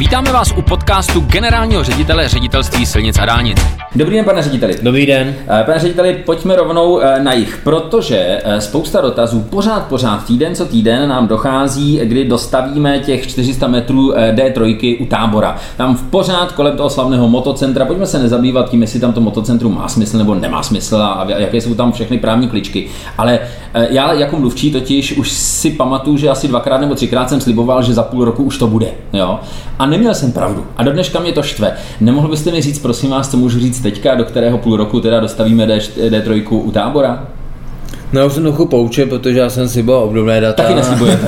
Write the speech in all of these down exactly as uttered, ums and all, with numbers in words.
Vítáme vás u podcastu generálního ředitele Ředitelství silnic a dálnic. Dobrý den, pane řediteli. Dobrý den. Pane řediteli, pojďme rovnou na jih, protože spousta dotazů pořád, pořád, týden co týden nám dochází, kdy dostavíme těch čtyři sta metrů D tři u Tábora. Tam v pořád kolem toho slavného motocentra, pojďme se nezabývat tím, jestli tam to motocentrum má smysl nebo nemá smysl a jaké jsou tam všechny právní kličky. Ale já jako mluvčí totiž už si pamatuju, že asi dvakrát nebo třikrát jsem sliboval, že za půl roku už to bude. Jo? A neměl jsem pravdu. A do dneška mě to štve. Nemohl byste mi říct, prosím vás, co můžu říct teďka, do kterého půl roku teda dostavíme D tři u Tábora? No, já už jsem trochu poučen, protože já jsem sliboval obdobné data. Taky neslibujete.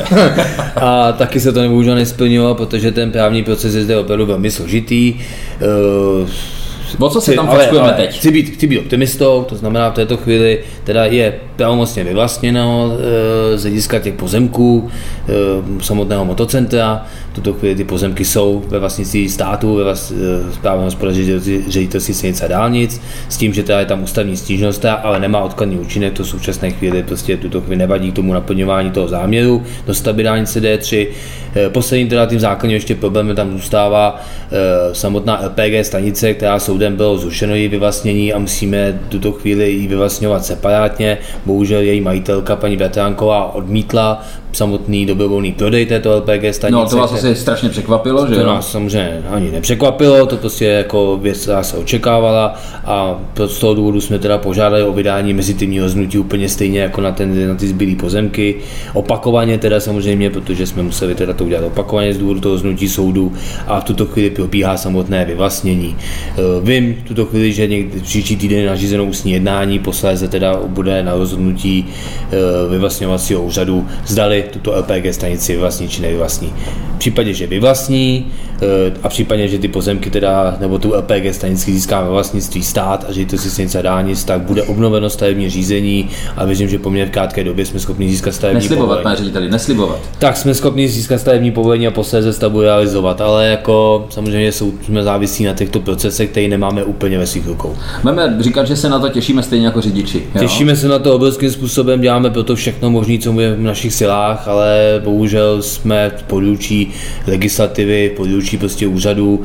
A taky se to nebohužel nesplnilo, protože ten právní proces je zde opravdu velmi složitý. Uh, O co se tam fackujeme teď? Chci být, chci být optimistou, to znamená v této chvíli teda je pravomocně vyvlastněno e, z hlediska těch pozemků e, samotného motocentra. V tuto chvíli ty pozemky jsou ve vlastnictví státu, ve vlast, e, správného hospodaření Ředitelství silnic a dálnic, s tím, že teda je tam ústavní stížnost, ale nemá odkladný účinek, to v současné chvíli prostě tuto chvíli nevadí k tomu naplňování toho záměru dostavby dálnice D tři. E, posledním teda tím základním ještě problém tam zůstává e, samotná L P G stanice, která soudem bylo zrušeno její vyvlastnění a musíme tuto chvíli ji vyvlastňovat separátně. Bohužel její majitelka paní Bratránková odmítla samotný dobrovolný prodej této L P G stanice. No to vás asi strašně překvapilo, že to jo? nás samozřejmě ani nepřekvapilo, to prostě jako věc, která se očekávala a z toho důvodu jsme teda požádali o vydání mezitímního rozhodnutí úplně stejně jako na, ten, na ty zbylý pozemky. Opakovaně teda samozřejmě, protože jsme museli teda to udělat opakovaně z důvodu toho rozhodnutí soudu a v tuto chvíli probíhá samotné vyvlastnění. Vím v tuto chvíli, že někdy příští týden je nařízeno ústní jednání, posléze teda bude na rozhodnutí vyvlastňovacího úřadu, zdali tuto L P G stanici vyvlastní či nevyvlastní. V případě, že vyvlastní a v případě, že ty pozemky teda, nebo tu L P G stanici získá ve vlastnictví stát a Ředitelství silnic a dálnic, tak bude obnoveno stavební řízení a věřím, že poměrně v krátké době jsme schopni získat stavební neslibovat, povolení. Pane řediteli, neslibovat. Tak jsme schopni získat stavební povolení a posléze stavbu realizovat, ale jako samozřejmě jsou, jsme závisí na těchto procesech, které nemáme úplně ve svých rukou. Budeme říkat, že se na to těšíme stejně jako řidiči. Jo? Těšíme se na to obrovským způsobem, děláme proto všechno možné, co je v našich silách, ale bohužel jsme v područí legislativy, v područí prostě úřadů,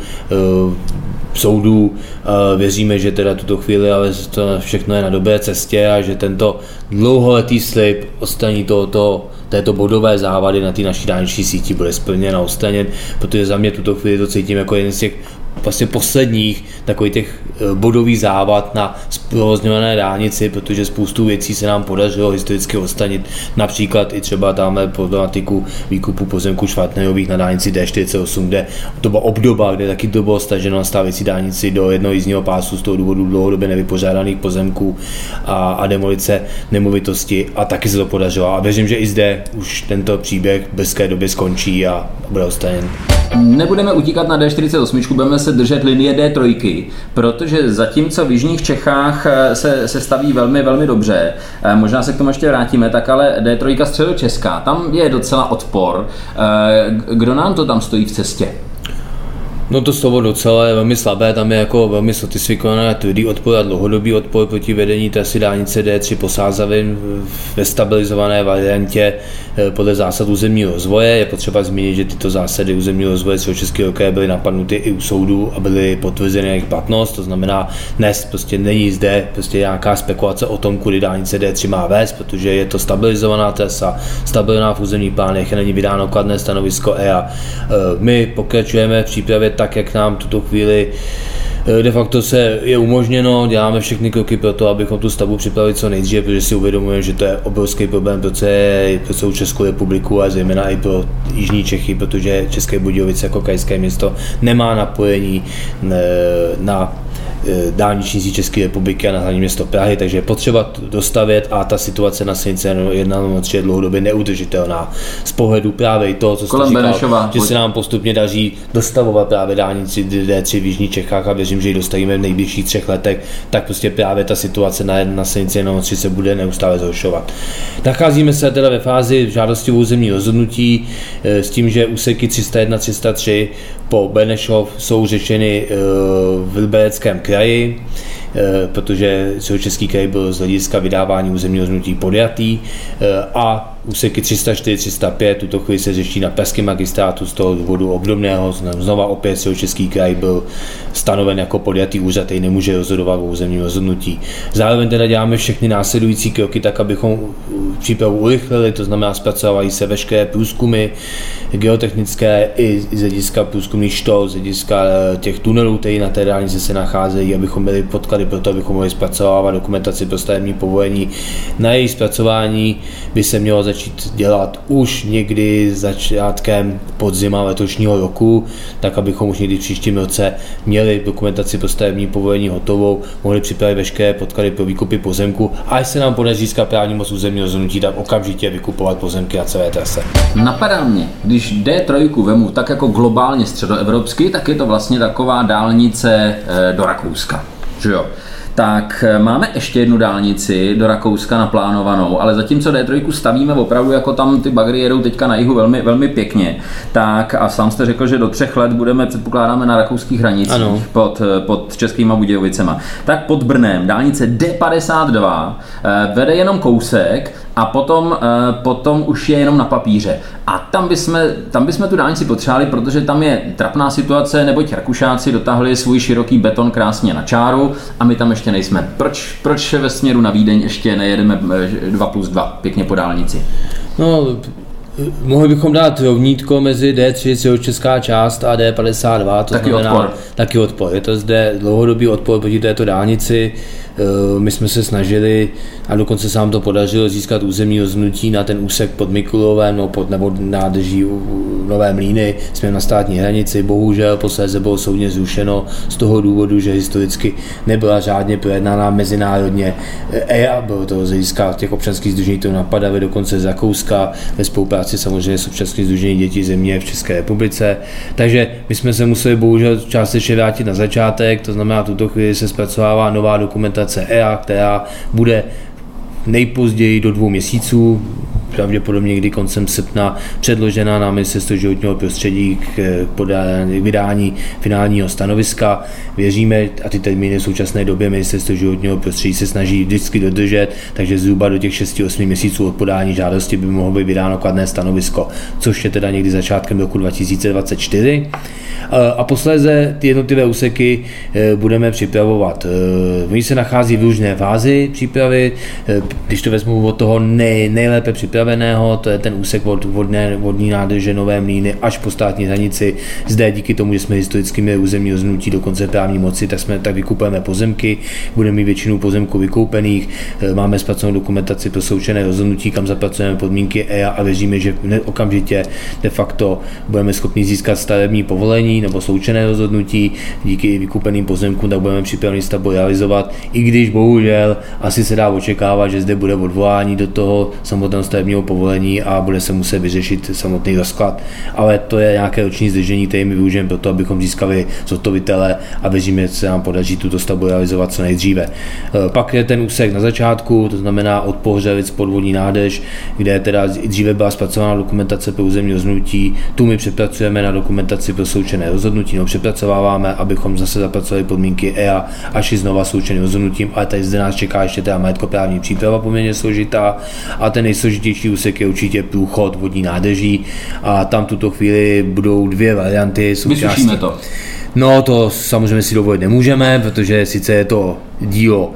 soudů. Věříme, že teda tuto chvíli, ale to všechno je na dobré cestě a že tento dlouholetý slib odstraní tohoto, této bodové závady na té naší dálniční síti bude splněn a odstraněn, protože za mě tuto chvíli to cítím jako jeden z těch vlastně posledních takových těch bodových závad na zprovozňované dálnici, protože spoustu věcí se nám podařilo historicky odstranit, například i třeba tamhle problematiku výkupu pozemků Švartnerových na dálnici D čtyřicet osm, kde to byla obdoba, kde taky to bylo staženo na stávající dálnici do jednoho jízdního pásu z toho důvodu dlouhodobě nevypořádaných pozemků a, a demolice nemovitosti a taky se to podařilo a věřím, že i zde už tento příběh v brzké době skončí a bude odstraněn. Nebudeme utíkat na D čtyřicet osm, budeme se držet linie D tři, protože zatímco v jižních Čechách se, se staví velmi, velmi dobře, možná se k tomu ještě vrátíme, tak ale D tři středočeská, tam je docela odpor. Kdo nám to tam stojí v cestě? No to slovo docela je velmi slabé, tam je jako velmi sofistikovaný tvrdý odpor a dlouhodobý odpor proti vedení trasy dálnice D tři po Sázavin ve stabilizované variantě podle zásad územního rozvoje. Je potřeba zmínit, že tyto zásady územního rozvoje Středočeského kraje byly napadnuty i u soudu a byly potvrzeny jejich platnost, to znamená dnes prostě není zde prostě nějaká spekulace o tom, kudy dálnice D tři má vést, protože je to stabilizovaná trasa, stabilná v územních plánech, není vydáno kladné stanovisko E A. My pokračujeme v přípravě tak, jak nám tuto chvíli de facto se je umožněno, děláme všechny kroky pro to, abychom tu stavbu připravili co nejdříve, protože si uvědomujeme, že to je obrovský problém pro, celé, pro celou Českou republiku a zejména i pro jižní Čechy, protože České Budějovice jako krajské město nemá napojení na dálniční síť České republiky a na hlavní město Prahy, takže je potřeba dostavět a ta situace na silnici jedna tři je dlouhodobě neudržitelná. Z pohledu právě i toho, co jste říkal, Benešova, že se nám postupně daří dostavovat právě dálnici D tři v jižních Čechách a věřím, že ji dostavíme v nejbližších třech letech, tak prostě právě ta situace na, na silnici jedna tři se bude neustále zhoršovat. Nacházíme se teda ve fázi žádosti o územní rozhodnutí s tím, že úseky tři sta jedna tři sta tři po Benešov jsou řešeny v Libereckém kraji, protože Středočeský kraj byl z hlediska vydávání územního rozhodnutí podjatý a úseky tři sta čtyři, tři sta pět, tuto chvíli se řeší na pražském magistrátu z toho důvodu obdobného, znova opět Středočeský kraj byl stanoven jako podjatý úřad, který nemůže rozhodovat o územním rozhodnutí. Zároveň teda děláme všechny následující kroky tak, abychom přípravu urychlili, to znamená zpracovávají se veškeré průzkumy geotechnické i z hlediska průzkumných štol, z hlediska těch tunelů, které na té dálnici se nacházejí, abychom měli podklady pro to, abychom mohli zpracovávat dokumentaci pro stavební povolení. Na její zpracování by se mělo začít dělat už někdy začátkem podzima letošního roku, tak abychom už někdy v příštím roce měli dokumentaci pro stavební povolení hotovou, mohli připravit veškeré podklady pro výkupy pozemku a až se nám podaří získat právní moc územního rozhodnutí, tak okamžitě vykupovat pozemky na celé trase. Napadá mě, když D tři vemu tak jako globálně středoevropsky, tak je to vlastně taková dálnice do Rakouska, že jo? Tak máme ještě jednu dálnici do Rakouska naplánovanou, ale zatímco D tři stavíme opravdu jako tam ty bagry jedou teďka na jihu velmi, velmi pěkně, tak a sám jste řekl, že do třech let budeme, předpokládáme, na rakouských hranicích pod, pod Českýma Budějovicema. Tak pod Brnem dálnice D padesát dva vede jenom kousek a potom, potom už je jenom na papíře. A tam bychom, tam bychom tu dálnici potřebovali, protože tam je trapná situace, neboť Rakušáci dotáhli svůj široký beton krásně na čáru a my tam ještě nejsme. Proč, proč ve směru na Vídeň ještě nejedeme dva plus dva pěkně po dálnici? No, mohli bychom dát rovnítko mezi D tři, středočeská část, a D padesát dva, to taky znamená odpor. Taky odpor. Je to zde dlouhodobý odpor proti této dálnici. My jsme se snažili a dokonce se nám to podařilo získat územní rozhodnutí na ten úsek pod Mikulovem nebo pod nebo nádrží Nové Mlýny. Jsme na státní hranici, bohužel posléze bylo soudně zrušeno z toho důvodu, že historicky nebyla řádně projednána mezinárodně E I A, bylo to z hlediska těch občanských sdružení, to napadali dokonce z Rakouska ve spolupráci samozřejmě s občanským sdružením Dětí země v České republice. Takže my jsme se museli bohužel částečně vrátit na začátek, to znamená, tuto chvíli se zpracovává nová dokumentace E I A, která bude nejpozději do dvou měsíců, pravděpodobně někdy koncem srpna, předložena na Ministerstvo životního prostředí k podání, vydání finálního stanoviska. Věříme, a ty termíny v současné době Ministerstvo životního prostředí se snaží vždycky dodržet, takže zhruba do těch šesti osmi měsíců od podání žádosti by mohlo být vydáno kladné stanovisko, což je teda někdy začátkem roku dva tisíce dvacet čtyři. A posléze ty jednotlivé úseky budeme připravovat. Oni se nachází v různé fázi přípravy, když to vezmu od toho nej, nejlépe připraveného, to je ten úsek od vodné, vodní nádrže Nové Mlýny až po státní hranici. Zde díky tomu, že jsme historicky měli územní rozhodnutí do konce právní moci, tak jsme tak vykupujeme pozemky, budeme mít většinu pozemků vykoupených, máme zpracovanou dokumentaci pro sloučené rozhodnutí, kam zapracujeme podmínky E I A a věříme, že okamžitě de facto budeme schopni získat stavební povolení nebo sloučené rozhodnutí, díky vykoupeným pozemkům, tak budeme připraveni stavbu realizovat, i když bohužel asi se dá očekávat, že zde bude odvolání do toho samotného stavebního povolení a bude se muset vyřešit samotný rozklad, ale to je nějaké roční zdržení, které my využijeme pro to, abychom získali zhotovitele a věříme, že se nám podaří tuto stavbu realizovat co nejdříve. Pak je ten úsek na začátku, to znamená od Pohřelic podvodní nádrž, kde teda dříve byla zpracována dokumentace pro územní rozhodnutí, tu my přepracujeme na dokumentaci pro sloučené rozhodnutí, no přepracováváme, abychom zase zapracovali podmínky E I A až i znova sloučeným rozhodnutím, ale tady zde nás čeká ještě teda majetkoprávní příprava poměrně složitá a ten nejsložitější úsek je určitě průchod vodní nádrží a tam tuto chvíli budou dvě varianty součástí. Vysušíme to. No to samozřejmě si dovolit nemůžeme, protože sice je to dílo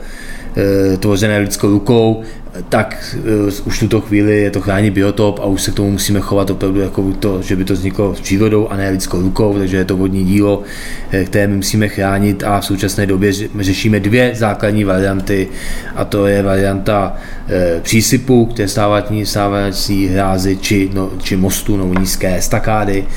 e, tvořené lidskou rukou, tak uh, už v tuto chvíli je to chráněný biotop a už se k tomu musíme chovat opravdu jako to, že by to vzniklo s přírodou a ne lidskou rukou, takže je to vodní dílo, které my musíme chránit a v současné době řešíme dvě základní varianty a to je varianta e, přísypu, které stávající, stávající hrázy či, no, či mostu nebo nízké estakády e,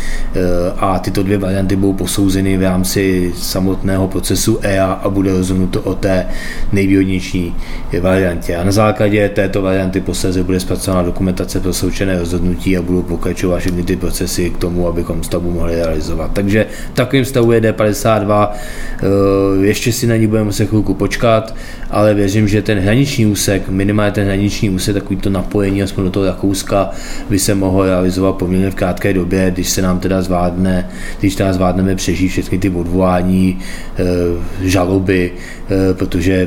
a tyto dvě varianty budou posouzeny v rámci samotného procesu E I A a bude rozhodnuto o té nejvýhodnější variantě a na základě této varianty posléze bude zpracována dokumentace pro sloučené rozhodnutí a budou pokračovat všechny ty procesy k tomu, abychom stavbu mohli realizovat. Takže v takovém stavu je D padesát dva, ještě si na ní budeme muset chvilku počkat, ale věřím, že ten hraniční úsek, minimálně ten hraniční úsek, takový to napojení aspoň do toho Rakouska, by se mohlo realizovat poměrně v krátké době, když se nám teda zvládne, když teda zvládneme přežít všechny ty odvolání, žaloby, protože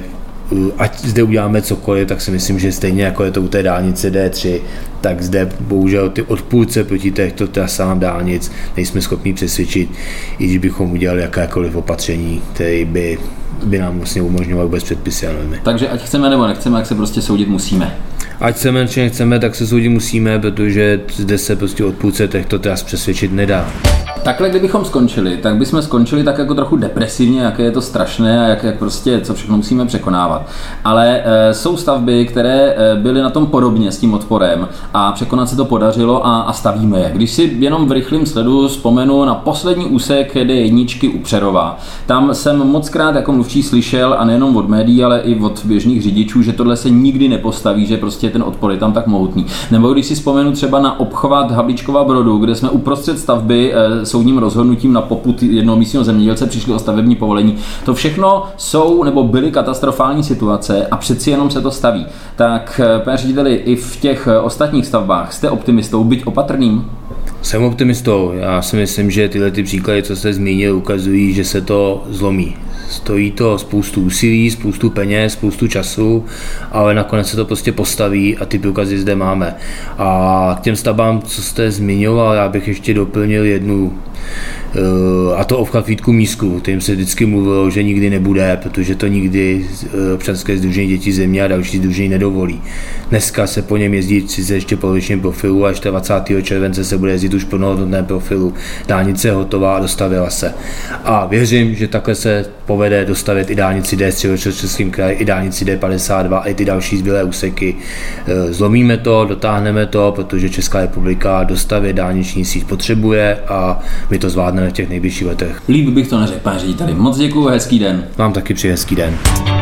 ať zde uděláme cokoliv, tak si myslím, že stejně jako je to u té dálnice D tři, tak zde bohužel ty odpůrce proti těchto trasám dálnic nejsme schopni přesvědčit, i když bychom udělali jakékoliv opatření, které by, by nám vlastně umožňovaly vůbec předpisy a normy. Takže ať chceme nebo nechceme, jak se prostě soudit musíme. Ať chceme či nechceme, tak se soudit musíme, protože zde se prostě odpůrce těchto tras přesvědčit nedá. Takhle, kdybychom skončili, tak bychom skončili tak jako trochu depresivně, jak je to strašné a jak, jak prostě co všechno musíme překonávat. Ale e, jsou stavby, které e, byly na tom podobně s tím odporem a překonat se to podařilo a, a stavíme je. Když si jenom v rychlém sledu vzpomenu na poslední úsek D jedna u Přerova, tam jsem mockrát jako mluvčí slyšel, a nejenom od médií, ale i od běžných řidičů, že tohle se nikdy nepostaví, že prostě ten odpor je tam tak mohutný. Nebo když si vzpomenu třeba na obchvat Havlíčkova Brodu, kde jsme uprostřed stavby e, soudním rozhodnutím na popud jednoho místního zemědělce přišli o stavební povolení. To všechno jsou nebo byly katastrofální situace a přeci jenom se to staví. Tak, pane řediteli, i v těch ostatních stavbách jste optimistou, byť opatrným? Jsem optimistou. Já si myslím, že tyhle ty příklady, co jste zmínil, ukazují, že se to zlomí. Stojí to spoustu úsilí, spoustu peněz, spoustu času, ale nakonec se to prostě postaví a ty průkazy zde máme. A k těm stavbám, co jste zmiňoval, já bych ještě doplnil jednu, a to obchvat Vítku Mísku, kterým se vždycky mluvilo, že nikdy nebude, protože to nikdy občanské sdružení Děti země a další sdružení nedovolí. Dneska se po něm jezdí sice ještě polovičním profilu, až dvacátého července se bude jezdit už plnohodnotném profilu. Dálnice je hotová a dostavila se. A věřím, že takhle se povede dostavět i dálnici D tři v Českém kraji, i dálnici D padesát dva, i ty další zbylé úseky. Zlomíme to, dotáhneme to, protože Česká republika dostavět dálniční síť potřebuje a my to zvládneme v těch nejbližších letech. Líp bych to neřekl, pane řediteli. Moc děkuju, hezký den. Vám taky přeji hezký den.